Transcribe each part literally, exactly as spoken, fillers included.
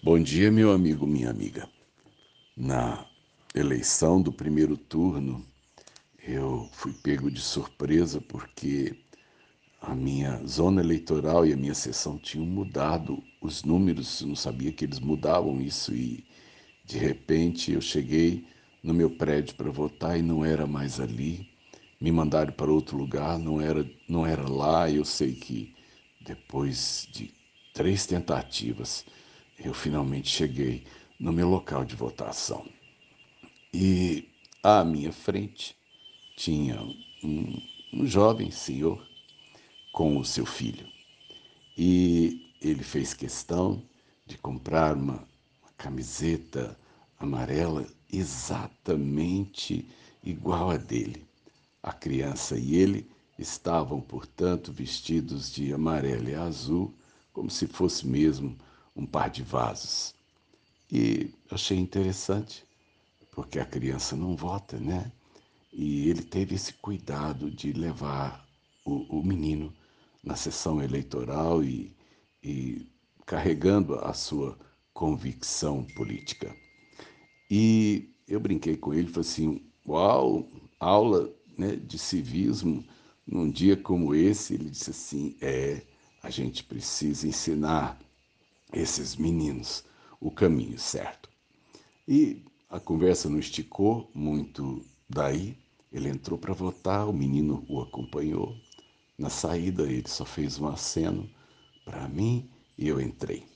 Bom dia, meu amigo, minha amiga. Na eleição do primeiro turno, eu fui pego de surpresa porque a minha zona eleitoral e a minha seção tinham mudado os números, eu não sabia que eles mudavam isso e de repente eu cheguei no meu prédio para votar e não era mais ali. Me mandaram para outro lugar, não era, não era lá. Eu sei que depois de três tentativas, eu finalmente cheguei no meu local de votação. E à minha frente tinha um, um jovem senhor com o seu filho. E ele fez questão de comprar uma, uma camiseta amarela exatamente igual a dele. A criança e ele estavam, portanto, vestidos de amarelo e azul, como se fosse mesmo um par de vasos. E achei interessante, porque a criança não vota, né? E ele teve esse cuidado de levar o, o menino na sessão eleitoral e, e carregando a sua convicção política. E eu brinquei com ele, falei assim, uau, aula, né, de civismo num dia como esse. Ele disse assim, é, a gente precisa ensinar esses meninos o caminho certo. E a conversa não esticou muito daí. Ele entrou para votar, o menino o acompanhou. Na saída, ele só fez um aceno para mim e eu entrei.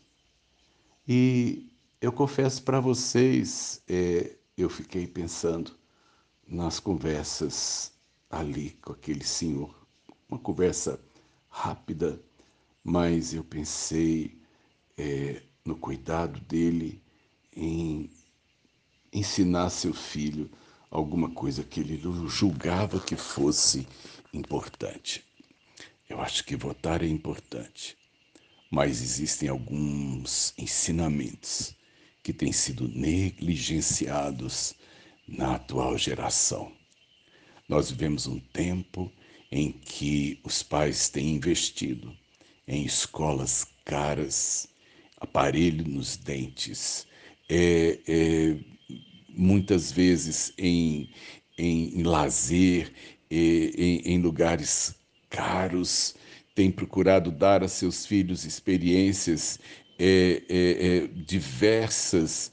E eu confesso para vocês, é, eu fiquei pensando nas conversas ali com aquele senhor. Uma conversa rápida, mas eu pensei é, no cuidado dele em ensinar seu filho alguma coisa que ele julgava que fosse importante. Eu acho que votar é importante, mas existem alguns ensinamentos que têm sido negligenciados na atual geração. Nós vivemos um tempo em que os pais têm investido em escolas caras, aparelho nos dentes, é, é, muitas vezes em, em, em lazer, e, em, em lugares caros, tem procurado dar a seus filhos experiências é, é, é, diversas,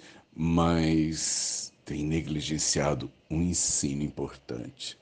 mas tem negligenciado um ensino importante.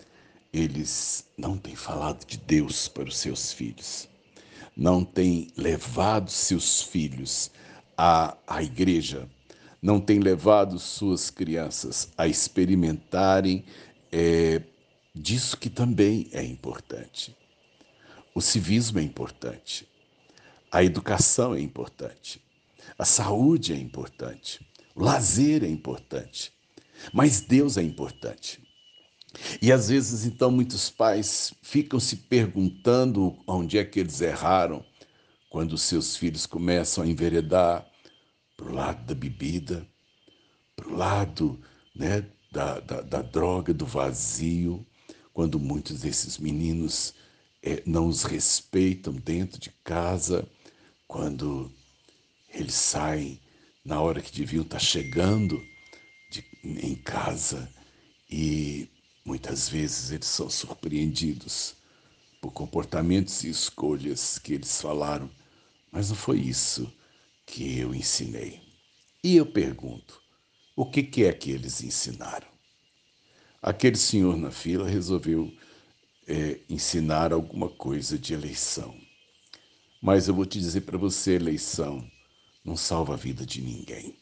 Eles não têm falado de Deus para os seus filhos, não têm levado seus filhos à, à igreja, não têm levado suas crianças a experimentarem é, disso que também é importante. O civismo é importante, a educação é importante, a saúde é importante, o lazer é importante, mas Deus é importante. E às vezes, então, muitos pais ficam se perguntando onde é que eles erraram quando os seus filhos começam a enveredar para o lado da bebida, para o lado, né, da, da, da droga, do vazio, quando muitos desses meninos é, não os respeitam dentro de casa, quando eles saem na hora que deviam estar chegando de, em casa e muitas vezes eles são surpreendidos por comportamentos e escolhas que eles falaram, mas não foi isso que eu ensinei. E eu pergunto, o que, que é que eles ensinaram? Aquele senhor na fila resolveu é, ensinar alguma coisa de eleição. Mas eu vou te dizer para você, eleição não salva a vida de ninguém.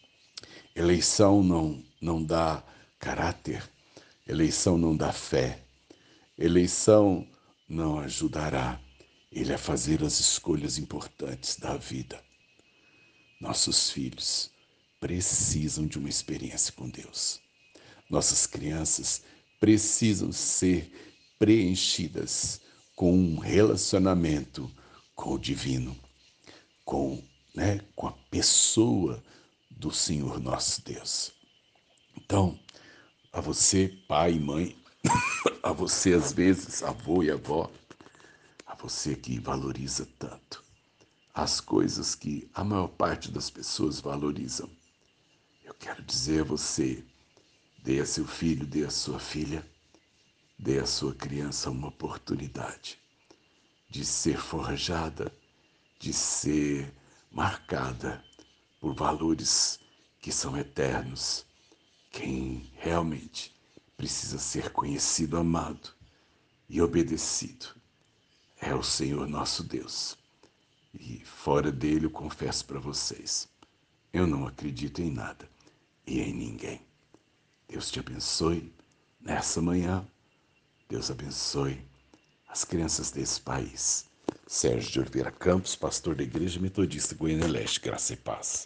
Eleição não, não dá caráter, eleição não dá fé, eleição não ajudará ele a fazer as escolhas importantes da vida. Nossos filhos precisam de uma experiência com Deus. Nossas crianças precisam ser preenchidas com um relacionamento com o divino, com, né, com a pessoa do Senhor nosso Deus. Então, a você, pai e mãe, a você, às vezes, avô e avó, a você que valoriza tanto, as coisas que a maior parte das pessoas valorizam. Eu quero dizer a você, dê a seu filho, dê a sua filha, dê a sua criança uma oportunidade de ser forjada, de ser marcada por valores que são eternos. Quem realmente precisa ser conhecido, amado e obedecido é o Senhor nosso Deus. E fora dele, eu confesso para vocês, eu não acredito em nada e em ninguém. Deus te abençoe nessa manhã. Deus abençoe as crianças desse país. Sérgio de Oliveira Campos, pastor da Igreja Metodista Goiânia Leste, graça e paz.